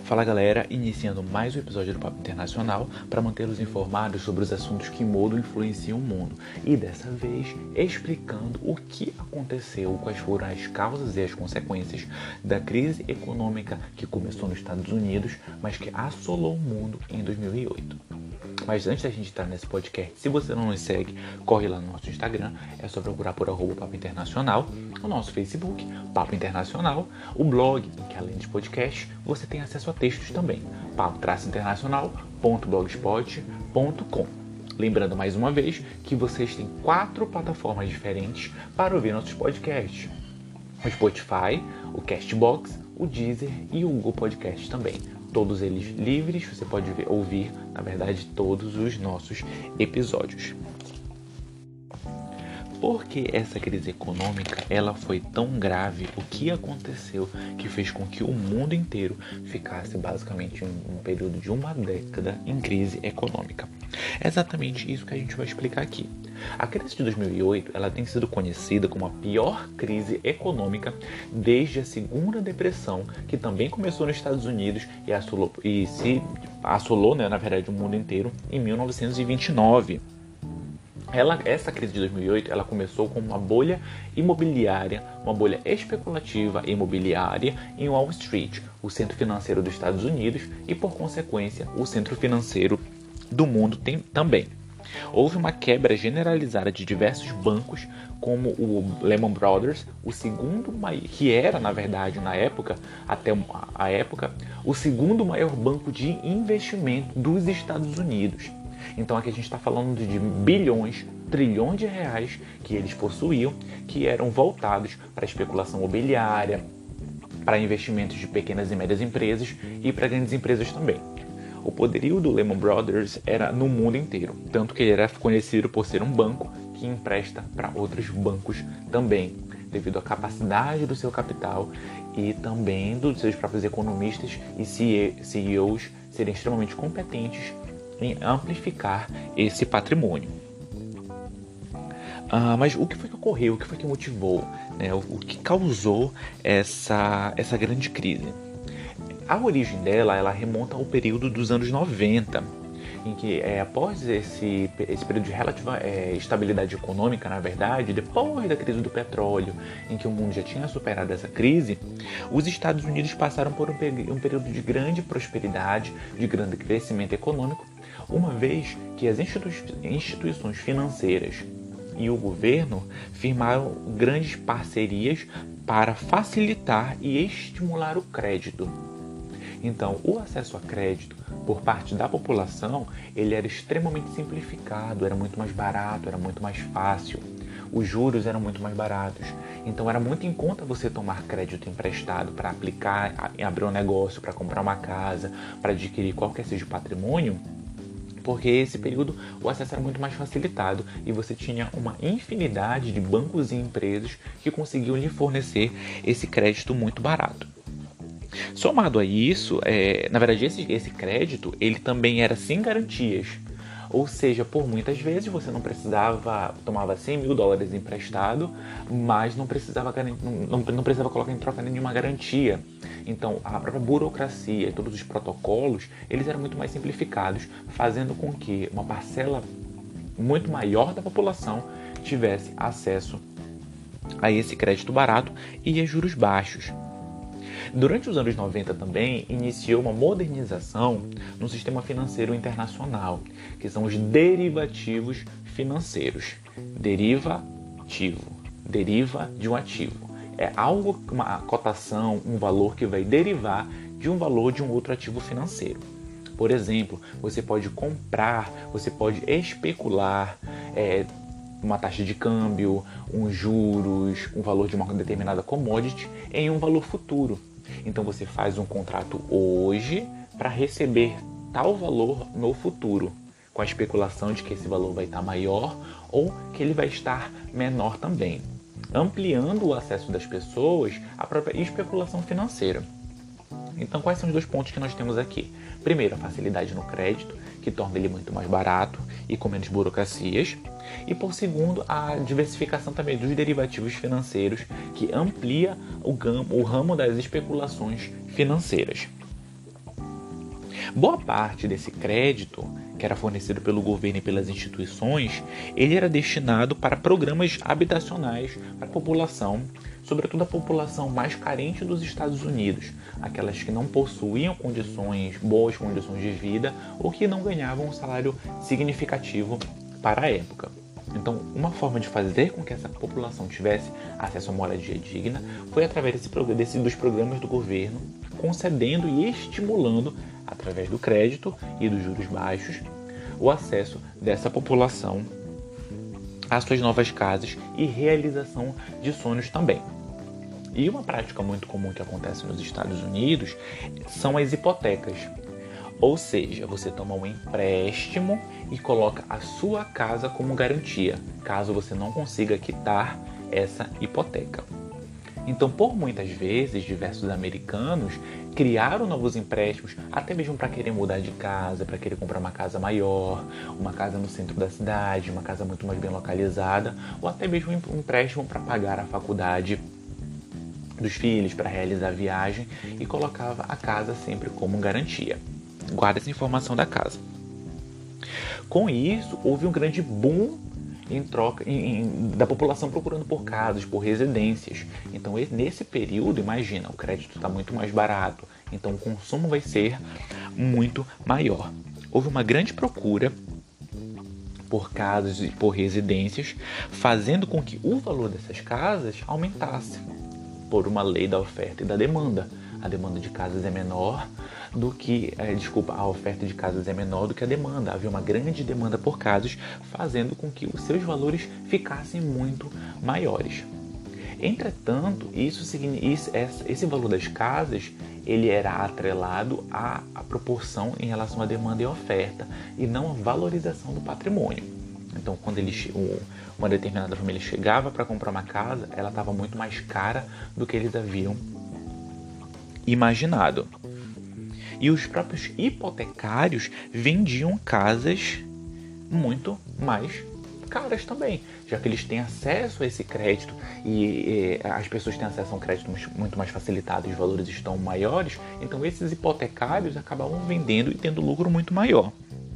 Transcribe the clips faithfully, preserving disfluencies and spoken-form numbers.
Fala galera, iniciando mais um episódio do Papo Internacional para mantê-los informados sobre os assuntos que mudam e influenciam o mundo e dessa vez explicando o que aconteceu, quais foram as causas e as consequências da crise econômica que começou nos Estados Unidos, mas que assolou o mundo em dois mil e oito. Mas antes da gente entrar nesse podcast, se você não nos segue, corre lá no nosso Instagram, é só procurar por arroba Papo Internacional, o nosso Facebook, Papo Internacional, o blog, em que além de podcast, você tem acesso a textos também, papo internacional ponto blogspot ponto com. Lembrando mais uma vez que vocês têm quatro plataformas diferentes para ouvir nossos podcasts: o Spotify, o Castbox, o Deezer e o Google Podcast também. Todos eles livres, você pode ver, ouvir, na verdade, todos os nossos episódios. Por que essa crise econômica ela foi tão grave? O que aconteceu que fez com que o mundo inteiro ficasse basicamente em um período de uma década em crise econômica? É exatamente isso que a gente vai explicar aqui. A crise de dois mil e oito ela tem sido conhecida como a pior crise econômica desde a Segunda Depressão, que também começou nos Estados Unidos e assolou, e se assolou, né, na verdade, o mundo inteiro em mil novecentos e vinte e nove. Ela, essa crise de dois mil e oito ela começou com uma bolha imobiliária, uma bolha especulativa imobiliária em Wall Street, o centro financeiro dos Estados Unidos e, por consequência, o centro financeiro do mundo tem, também. Houve uma quebra generalizada de diversos bancos, como o Lehman Brothers, o segundo maior, que era, na verdade, na época, até a época, o segundo maior banco de investimento dos Estados Unidos. Então aqui a gente está falando de bilhões, trilhões de reais que eles possuíam, que eram voltados para especulação imobiliária, para investimentos de pequenas e médias empresas e para grandes empresas também. O poderio do Lehman Brothers era no mundo inteiro, tanto que ele era conhecido por ser um banco que empresta para outros bancos também, devido à capacidade do seu capital e também dos seus próprios economistas e C E Os serem extremamente competentes em amplificar esse patrimônio. Ah, mas o que foi que ocorreu? O que foi que motivou? Né? O, o que causou essa, essa grande crise? A origem dela ela remonta ao período dos anos noventa, em que é, após esse, esse período de relativa é, estabilidade econômica, na verdade, depois da crise do petróleo, em que o mundo já tinha superado essa crise, os Estados Unidos passaram por um, um período de grande prosperidade, de grande crescimento econômico, uma vez que as institui- instituições financeiras e o governo firmaram grandes parcerias para facilitar e estimular o crédito. Então, o acesso a crédito por parte da população, ele era extremamente simplificado, era muito mais barato, era muito mais fácil. Os juros eram muito mais baratos. Então, era muito em conta você tomar crédito emprestado para aplicar, abrir um negócio, para comprar uma casa, para adquirir qualquer seja o patrimônio, porque esse período o acesso era muito mais facilitado e você tinha uma infinidade de bancos e empresas que conseguiam lhe fornecer esse crédito muito barato. Somado a isso, é, na verdade esse, esse crédito ele também era sem garantias, ou seja, por muitas vezes você não precisava, tomava cem mil dólares emprestado, mas não precisava, não, não precisava colocar em troca nenhuma garantia. Então a própria burocracia e todos os protocolos eles eram muito mais simplificados, fazendo com que uma parcela muito maior da população tivesse acesso a esse crédito barato e a juros baixos. Durante os anos noventa também iniciou uma modernização no sistema financeiro internacional, que são os derivativos financeiros. Derivativo, deriva de um ativo. É algo, uma cotação, um valor que vai derivar de um valor de um outro ativo financeiro. Por exemplo, você pode comprar, você pode especular, é, uma taxa de câmbio, uns juros, um valor de uma determinada commodity em um valor futuro. Então você faz um contrato hoje para receber tal valor no futuro, com a especulação de que esse valor vai estar maior ou que ele vai estar menor também, ampliando o acesso das pessoas à própria especulação financeira. Então quais são os dois pontos que nós temos aqui? Primeiro, a facilidade no crédito, que torna ele muito mais barato e com menos burocracias. E por segundo, a diversificação também dos derivativos financeiros, que amplia o, gamo, o ramo das especulações financeiras. Boa parte desse crédito, que era fornecido pelo governo e pelas instituições, ele era destinado para programas habitacionais para a população, sobretudo a população mais carente dos Estados Unidos, aquelas que não possuíam condições, boas condições de vida ou que não ganhavam um salário significativo para a época. Então, uma forma de fazer com que essa população tivesse acesso a moradia digna foi através desse, desse, dos programas do governo, concedendo e estimulando, através do crédito e dos juros baixos, o acesso dessa população às suas novas casas e realização de sonhos também. E uma prática muito comum que acontece nos Estados Unidos são as hipotecas. Ou seja, você toma um empréstimo e coloca a sua casa como garantia, caso você não consiga quitar essa hipoteca. Então, por muitas vezes, diversos americanos criaram novos empréstimos, até mesmo para querer mudar de casa, para querer comprar uma casa maior, uma casa no centro da cidade, uma casa muito mais bem localizada, ou até mesmo um empréstimo para pagar a faculdade dos filhos, para realizar a viagem, e colocava a casa sempre como garantia. Guarda essa informação da casa. Com isso, houve um grande boom em troca em, em, da população procurando por casas, por residências. Então, nesse período, imagina, o crédito está muito mais barato, então o consumo vai ser muito maior. Houve uma grande procura por casas e por residências, fazendo com que o valor dessas casas aumentasse por uma lei da oferta e da demanda. A demanda de casas é menor do que, é, desculpa, a oferta de casas é menor do que a demanda. Havia uma grande demanda por casas, fazendo com que os seus valores ficassem muito maiores. Entretanto, isso, isso, esse valor das casas, ele era atrelado à, à proporção em relação à demanda e oferta, e não à valorização do patrimônio. Então, quando ele, uma determinada família chegava para comprar uma casa, ela estava muito mais cara do que eles haviam imaginado. E os próprios hipotecários vendiam casas muito mais caras também, já que eles têm acesso a esse crédito e, e as pessoas têm acesso a um crédito muito mais facilitado e os valores estão maiores, então esses hipotecários acabavam vendendo e tendo lucro muito maior.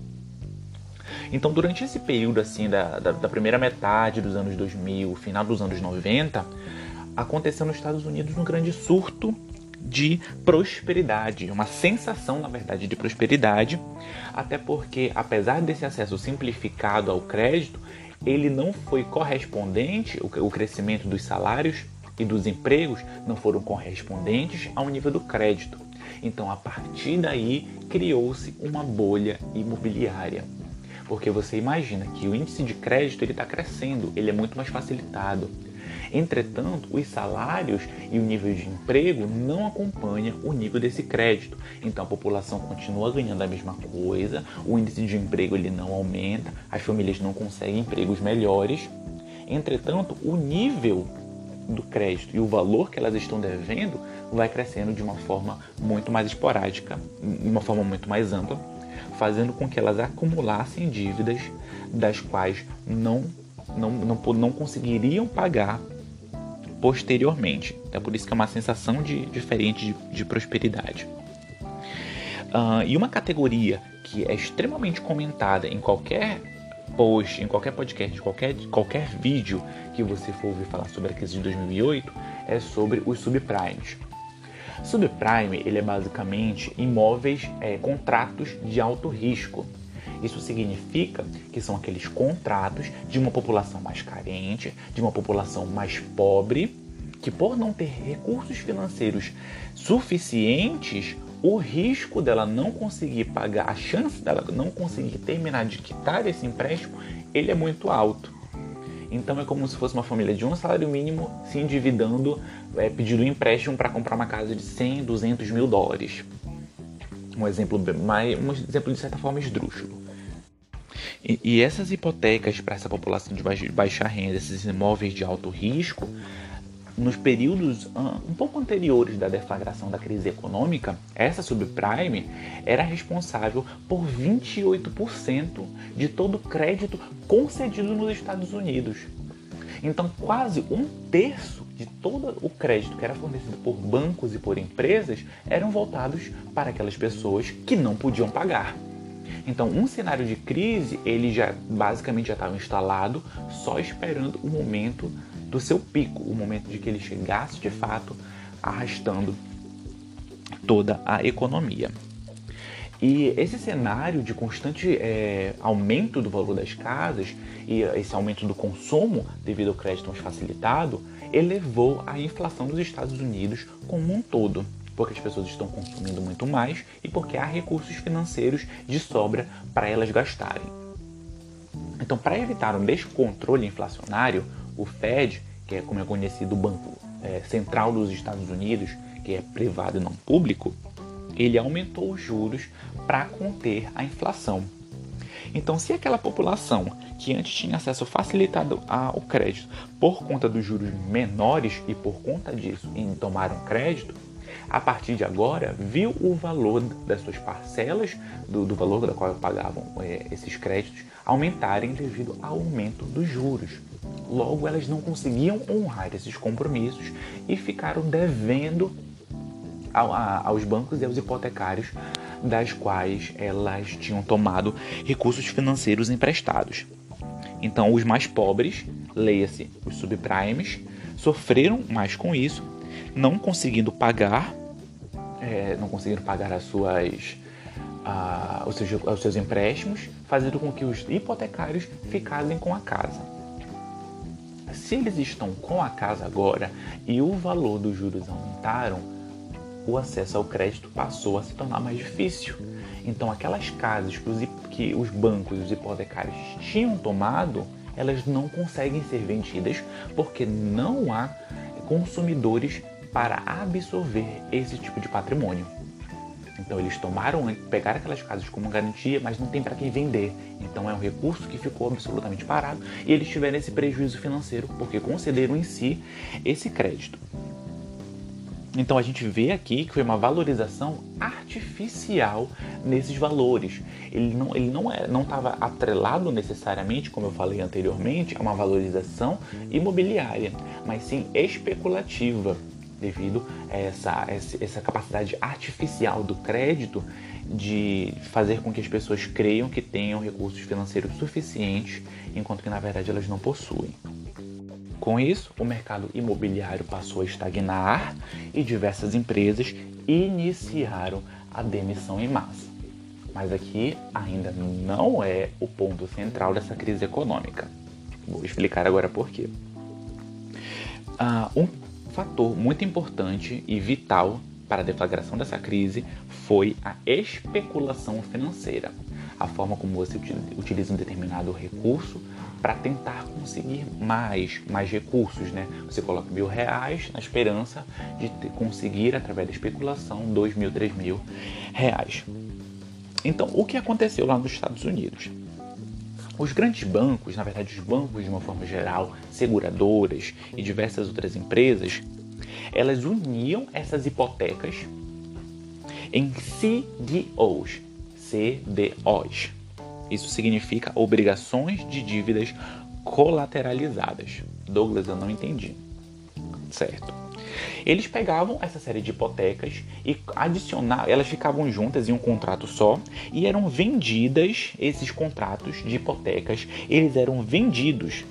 Então, durante esse período assim da, da, da primeira metade dos anos dois mil, final dos anos noventa, aconteceu nos Estados Unidos um grande surto de prosperidade, uma sensação, na verdade, de prosperidade, até porque, apesar desse acesso simplificado ao crédito, ele não foi correspondente, o crescimento dos salários e dos empregos não foram correspondentes ao nível do crédito. Então, a partir daí, criou-se uma bolha imobiliária. Porque você imagina que o índice de crédito está crescendo, ele é muito mais facilitado. Entretanto, os salários e o nível de emprego não acompanham o nível desse crédito. Então, a população continua ganhando a mesma coisa, o índice de emprego ele não aumenta, as famílias não conseguem empregos melhores. Entretanto, o nível do crédito e o valor que elas estão devendo vai crescendo de uma forma muito mais esporádica, de uma forma muito mais ampla, fazendo com que elas acumulassem dívidas das quais não, não, não, não conseguiriam pagar posteriormente. É por isso que é uma sensação de, diferente de, de prosperidade. Uh, e uma categoria que é extremamente comentada em qualquer post, em qualquer podcast, qualquer, qualquer vídeo que você for ouvir falar sobre a crise de dois mil e oito, é sobre os subprimes. Subprime, ele é basicamente imóveis, é, contratos de alto risco. Isso significa que são aqueles contratos de uma população mais carente, de uma população mais pobre, que por não ter recursos financeiros suficientes, o risco dela não conseguir pagar, a chance dela não conseguir terminar de quitar esse empréstimo, ele é muito alto. Então é como se fosse uma família de um salário mínimo se endividando, é, pedindo um empréstimo para comprar uma casa de cem, duzentos mil dólares. Um exemplo, mais, um exemplo de certa forma esdrúxulo. E, e essas hipotecas para essa população de baixa, baixa renda, esses imóveis de alto risco, nos períodos um pouco anteriores da deflagração da crise econômica, essa subprime era responsável por vinte e oito por cento de todo o crédito concedido nos Estados Unidos. Então, quase um terço de todo o crédito que era fornecido por bancos e por empresas eram voltados para aquelas pessoas que não podiam pagar. Então, um cenário de crise, ele já basicamente já estava instalado, só esperando o momento do seu pico, o momento de que ele chegasse de fato, arrastando toda a economia. E esse cenário de constante é, aumento do valor das casas e esse aumento do consumo devido ao crédito mais facilitado elevou a inflação dos Estados Unidos como um todo, porque as pessoas estão consumindo muito mais e porque há recursos financeiros de sobra para elas gastarem. Então, para evitar um descontrole inflacionário, o Fed, que é como é conhecido o Banco é, Central dos Estados Unidos, que é privado e não público, ele aumentou os juros para conter a inflação. Então, se aquela população que antes tinha acesso facilitado ao crédito por conta dos juros menores e por conta disso tomaram crédito, a partir de agora viu o valor das suas parcelas, do, do valor da qual pagavam é, esses créditos, aumentarem devido ao aumento dos juros. Logo, elas não conseguiam honrar esses compromissos e ficaram devendo aos bancos e aos hipotecários das quais elas tinham tomado recursos financeiros emprestados. Então, os mais pobres, leia-se os subprimes, sofreram mais com isso, não conseguindo pagar, é, não conseguindo pagar as suas, ah, os, seus, os seus empréstimos, fazendo com que os hipotecários ficassem com a casa. Se eles estão com a casa agora e o valor dos juros aumentaram, o acesso ao crédito passou a se tornar mais difícil. Então, aquelas casas que os, que os bancos e os hipotecários tinham tomado, elas não conseguem ser vendidas porque não há consumidores para absorver esse tipo de patrimônio. Então, eles tomaram, pegaram aquelas casas como garantia, mas não tem para quem vender. Então, é um recurso que ficou absolutamente parado e eles tiveram esse prejuízo financeiro porque concederam em si esse crédito. Então, a gente vê aqui que foi uma valorização artificial nesses valores. Ele não ele não é, não estava atrelado necessariamente, como eu falei anteriormente, a uma valorização imobiliária, mas sim especulativa, devido a essa, essa capacidade artificial do crédito de fazer com que as pessoas creiam que tenham recursos financeiros suficientes, enquanto que, na verdade, elas não possuem. Com isso, o mercado imobiliário passou a estagnar e diversas empresas iniciaram a demissão em massa. Mas aqui ainda não é o ponto central dessa crise econômica. Vou explicar agora por quê. Ah, um fator muito importante e vital para a deflagração dessa crise foi a especulação financeira. A forma como você utiliza um determinado recurso para tentar conseguir mais, mais recursos, né? Você coloca mil reais na esperança de ter, conseguir, através da especulação, dois mil, três mil reais. Então, o que aconteceu lá nos Estados Unidos? Os grandes bancos, na verdade os bancos de uma forma geral, seguradoras e diversas outras empresas, elas uniam essas hipotecas em C D Os, C D Os. Isso significa obrigações de dívidas colateralizadas. Douglas, eu não entendi. Certo. Eles pegavam essa série de hipotecas e adicionavam, elas ficavam juntas em um contrato só e eram vendidas, esses contratos de hipotecas, eles eram vendidos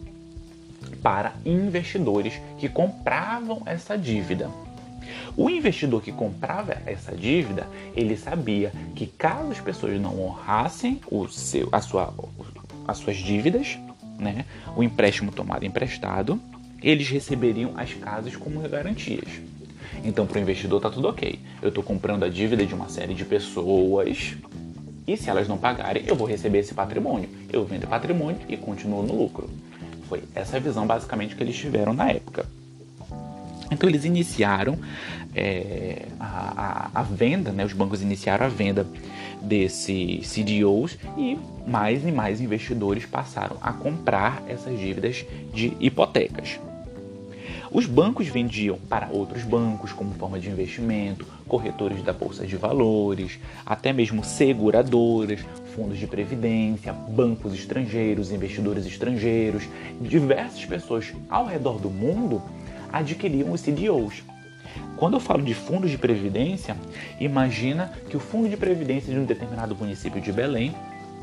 para investidores que compravam essa dívida. O investidor que comprava essa dívida, ele sabia que caso as pessoas não honrassem o seu, a sua, as suas dívidas, né, o empréstimo tomado emprestado, eles receberiam as casas como garantias. Então, para o investidor está tudo ok. Eu estou comprando a dívida de uma série de pessoas e se elas não pagarem, eu vou receber esse patrimônio. Eu vendo patrimônio e continuo no lucro. Foi essa a visão basicamente que eles tiveram na época. Então eles iniciaram é, a, a, a venda, né? Os bancos iniciaram a venda desses C D Os e mais e mais investidores passaram a comprar essas dívidas de hipotecas. Os bancos vendiam para outros bancos como forma de investimento, corretores da bolsa de valores, até mesmo seguradoras, fundos de previdência, bancos estrangeiros, investidores estrangeiros, diversas pessoas ao redor do mundo adquiriam os C D Os. Quando eu falo de fundos de previdência, imagina que o fundo de previdência de um determinado município de Belém,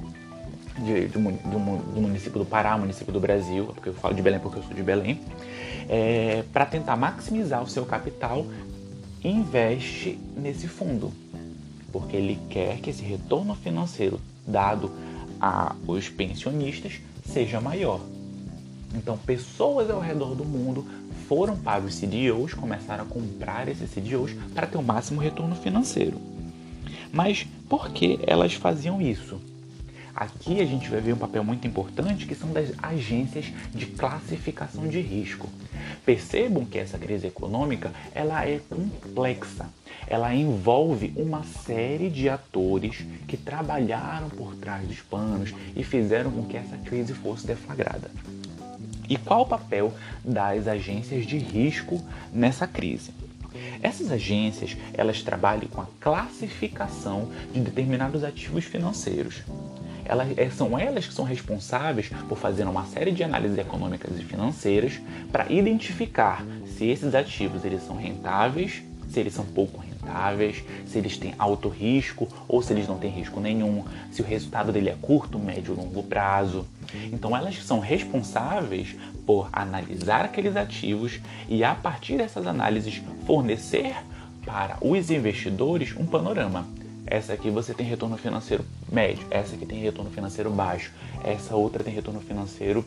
de, de, do, do município do Pará, município do Brasil, porque eu falo de Belém porque eu sou de Belém, é, para tentar maximizar o seu capital, investe nesse fundo, porque ele quer que esse retorno financeiro dado aos pensionistas seja maior. Então, pessoas ao redor do mundo foram para os C D Os, começaram a comprar esses C D Os para ter o máximo retorno financeiro. Mas por que elas faziam isso? Aqui a gente vai ver um papel muito importante que são das agências de classificação de risco. Percebam que essa crise econômica ela é complexa. Ela envolve uma série de atores que trabalharam por trás dos panos e fizeram com que essa crise fosse deflagrada. E qual o papel das agências de risco nessa crise? Essas agências elas trabalham com a classificação de determinados ativos financeiros. Elas, são elas que são responsáveis por fazer uma série de análises econômicas e financeiras para identificar se esses ativos eles são rentáveis, se eles são pouco rentáveis, se eles têm alto risco ou se eles não têm risco nenhum, se o resultado dele é curto, médio ou longo prazo. Então elas são responsáveis por analisar aqueles ativos e a partir dessas análises fornecer para os investidores um panorama. Essa aqui você tem retorno financeiro médio, essa aqui tem retorno financeiro baixo, essa outra tem retorno financeiro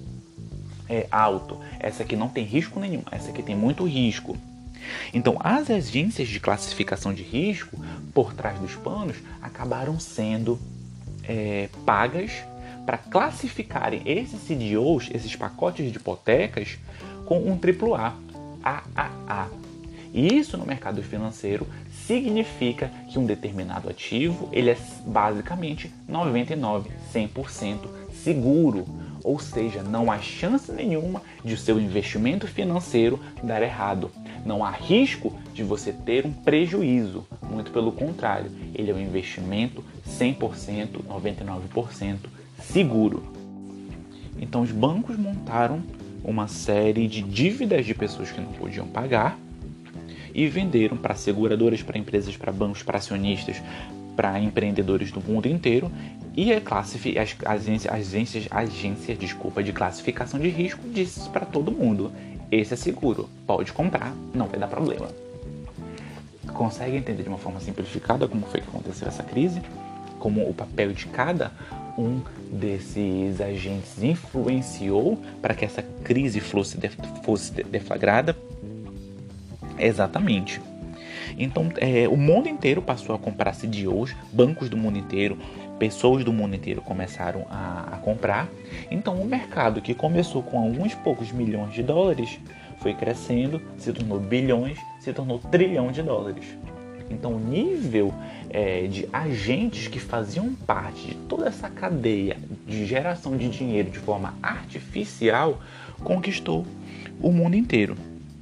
é, alto, essa aqui não tem risco nenhum, essa aqui tem muito risco. Então, as agências de classificação de risco, por trás dos panos, acabaram sendo é, pagas para classificarem esses C D Os, esses pacotes de hipotecas, com um triplo A, A A A. E isso no mercado financeiro significa que um determinado ativo ele é basicamente noventa e nove por cento, cem por cento seguro. Ou seja, não há chance nenhuma de o seu investimento financeiro dar errado. Não há risco de você ter um prejuízo. Muito pelo contrário, ele é um investimento cem por cento, noventa e nove por cento seguro. Então os bancos montaram uma série de dívidas de pessoas que não podiam pagar e venderam para seguradoras, para empresas, para bancos, para acionistas, para empreendedores do mundo inteiro. E a classifi- as agências, agências, agências desculpa, de classificação de risco disse para todo mundo: esse é seguro, pode comprar, não vai dar problema. Consegue entender de uma forma simplificada como foi que aconteceu essa crise? Como o papel de cada um desses agentes influenciou para que essa crise fosse, fosse deflagrada? Exatamente. Então, é, o mundo inteiro passou a comprar C D Os, bancos do mundo inteiro, pessoas do mundo inteiro começaram a, a comprar. Então, o mercado que começou com alguns poucos milhões de dólares foi crescendo, se tornou bilhões, se tornou trilhão de dólares. Então, o nível é, de agentes que faziam parte de toda essa cadeia de geração de dinheiro de forma artificial conquistou o mundo inteiro.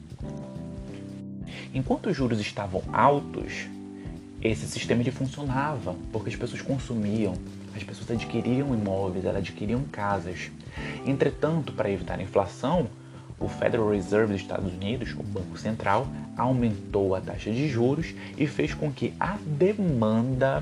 Enquanto os juros estavam altos, esse sistema ele funcionava, porque as pessoas consumiam, as pessoas adquiriam imóveis, elas adquiriam casas. Entretanto, para evitar a inflação, o Federal Reserve dos Estados Unidos, o Banco Central, aumentou a taxa de juros e fez com que a demanda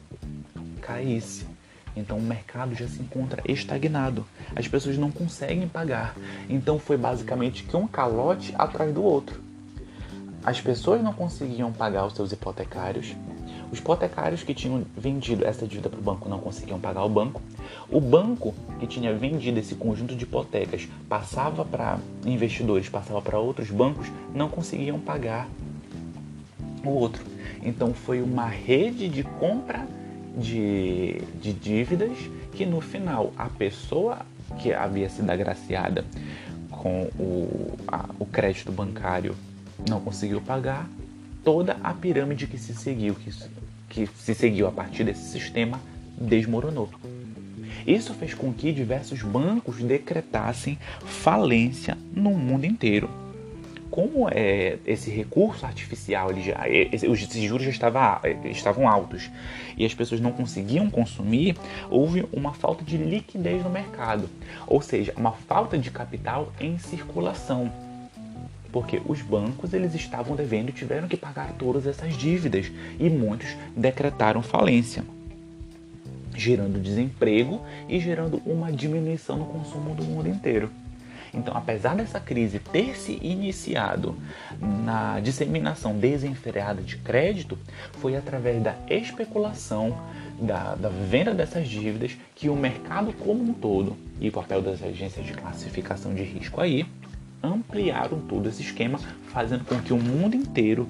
caísse. Então o mercado já se encontra estagnado, as pessoas não conseguem pagar. Então foi basicamente que um calote atrás do outro. As pessoas não conseguiam pagar os seus hipotecários, os hipotecários que tinham vendido essa dívida para o banco não conseguiam pagar o banco, o banco que tinha vendido esse conjunto de hipotecas passava para investidores, passava para outros bancos, não conseguiam pagar o outro. Então foi uma rede de compra de, de dívidas que no final a pessoa que havia sido agraciada com o, a, o crédito bancário não conseguiu pagar, toda a pirâmide que se seguiu, que, que se seguiu a partir desse sistema, desmoronou. Isso fez com que diversos bancos decretassem falência no mundo inteiro. como é, esse recurso artificial, ele já, esse, os juros já estava, estavam altos e as pessoas não conseguiam consumir, houve uma falta de liquidez no mercado, ou seja, uma falta de capital em circulação, porque os bancos eles estavam devendo e tiveram que pagar todas essas dívidas e muitos decretaram falência, gerando desemprego e gerando uma diminuição no consumo do mundo inteiro. Então, apesar dessa crise ter se iniciado na disseminação desenfreada de crédito, foi através da especulação, da, da venda dessas dívidas, que o mercado como um todo, e o papel das agências de classificação de risco aí, ampliaram todo esse esquema, fazendo com que o mundo inteiro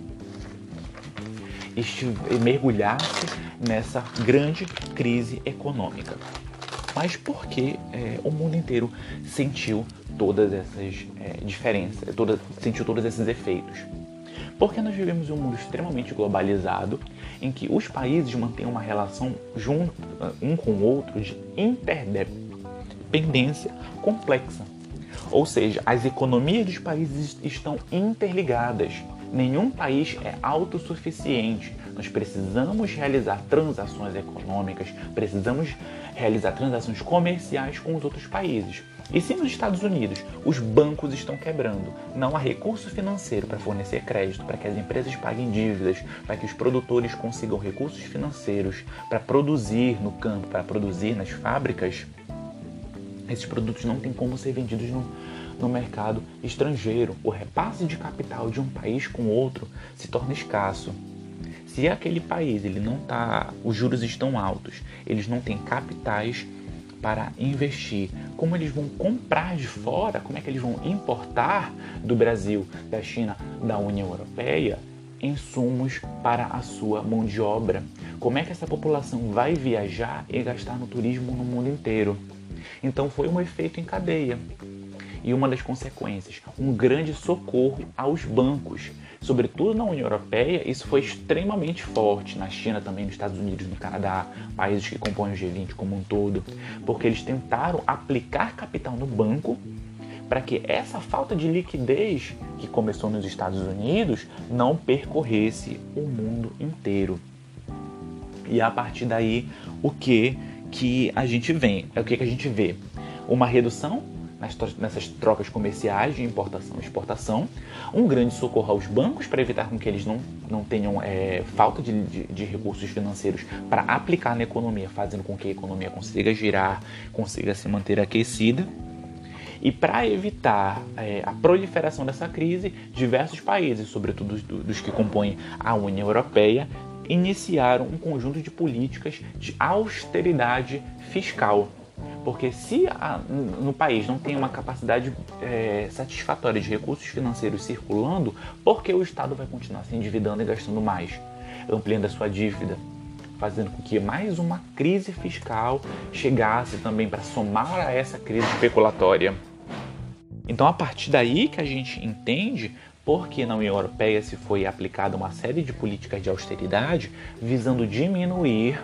mergulhasse nessa grande crise econômica. Mas por que é, o mundo inteiro sentiu todas essas é, diferenças, toda, sentiu todos esses efeitos? Porque nós vivemos em um mundo extremamente globalizado, em que os países mantêm uma relação junto, um com o outro de interdependência complexa. Ou seja, as economias dos países estão interligadas. Nenhum país é autossuficiente. Nós precisamos realizar transações econômicas, precisamos realizar transações comerciais com os outros países. E se nos Estados Unidos os bancos estão quebrando, não há recurso financeiro para fornecer crédito, para que as empresas paguem dívidas, para que os produtores consigam recursos financeiros para produzir no campo, para produzir nas fábricas, esses produtos não têm como ser vendidos no, no mercado estrangeiro. O repasse de capital de um país com outro se torna escasso. Se aquele país ele não tá, os juros estão altos, eles não têm capitais para investir, como eles vão comprar de fora, como é que eles vão importar do Brasil, da China, da União Europeia, insumos para a sua mão de obra? Como é que essa população vai viajar e gastar no turismo no mundo inteiro? Então foi um efeito em cadeia. E uma das consequências, um grande socorro aos bancos. Sobretudo na União Europeia, isso foi extremamente forte. Na China também, nos Estados Unidos, no Canadá, países que compõem o G vinte como um todo. Porque eles tentaram aplicar capital no banco para que essa falta de liquidez que começou nos Estados Unidos não percorresse o mundo inteiro. E a partir daí, o que, que a gente vê? É o que, que a gente vê? Uma redução nessas trocas comerciais de importação e exportação, um grande socorro aos bancos para evitar com que eles não, não tenham é, falta de, de, de recursos financeiros para aplicar na economia, fazendo com que a economia consiga girar, consiga se manter aquecida. E para evitar é, a proliferação dessa crise, diversos países, sobretudo dos, dos que compõem a União Europeia, iniciaram um conjunto de políticas de austeridade fiscal. Porque se a, no país não tem uma capacidade é, satisfatória de recursos financeiros circulando, por que o Estado vai continuar se endividando e gastando mais, ampliando a sua dívida, fazendo com que mais uma crise fiscal chegasse também para somar a essa crise especulatória? Então, a partir daí que a gente entende porque na União Europeia se foi aplicada uma série de políticas de austeridade visando diminuir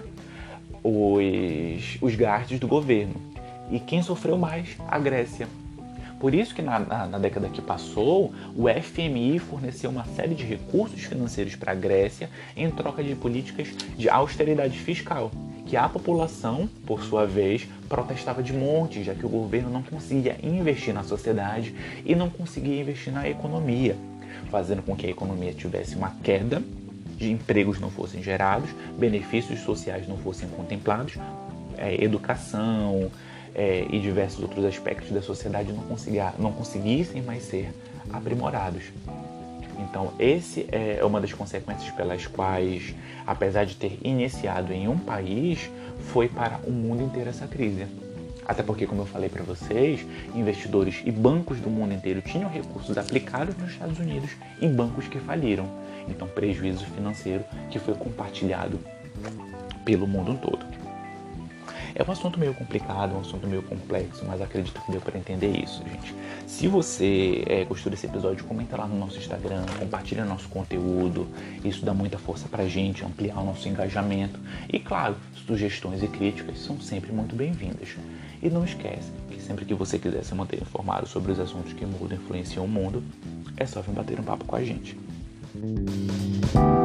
Os, os gastos do governo. E quem sofreu mais? A Grécia. Por isso que na, na, na década que passou, o F M I forneceu uma série de recursos financeiros para a Grécia em troca de políticas de austeridade fiscal, que a população, por sua vez, protestava de monte, já que o governo não conseguia investir na sociedade e não conseguia investir na economia, fazendo com que a economia tivesse uma queda, de empregos não fossem gerados, benefícios sociais não fossem contemplados, é, educação é, e diversos outros aspectos da sociedade não, conseguia, não conseguissem mais ser aprimorados. Então, esse é uma das consequências pelas quais, apesar de ter iniciado em um país, foi para o mundo inteiro essa crise. Até porque, como eu falei para vocês, investidores e bancos do mundo inteiro tinham recursos aplicados nos Estados Unidos em bancos que faliram. Então, prejuízo financeiro que foi compartilhado pelo mundo todo. É um assunto meio complicado, um assunto meio complexo, mas acredito que deu para entender isso, gente. Se você é, gostou desse episódio, comenta lá no nosso Instagram, compartilha nosso conteúdo. Isso dá muita força pra gente, ampliar o nosso engajamento. E claro, sugestões e críticas são sempre muito bem-vindas. E não esquece que sempre que você quiser se manter informado sobre os assuntos que mudam e influenciam o mundo, é só vir bater um papo com a gente.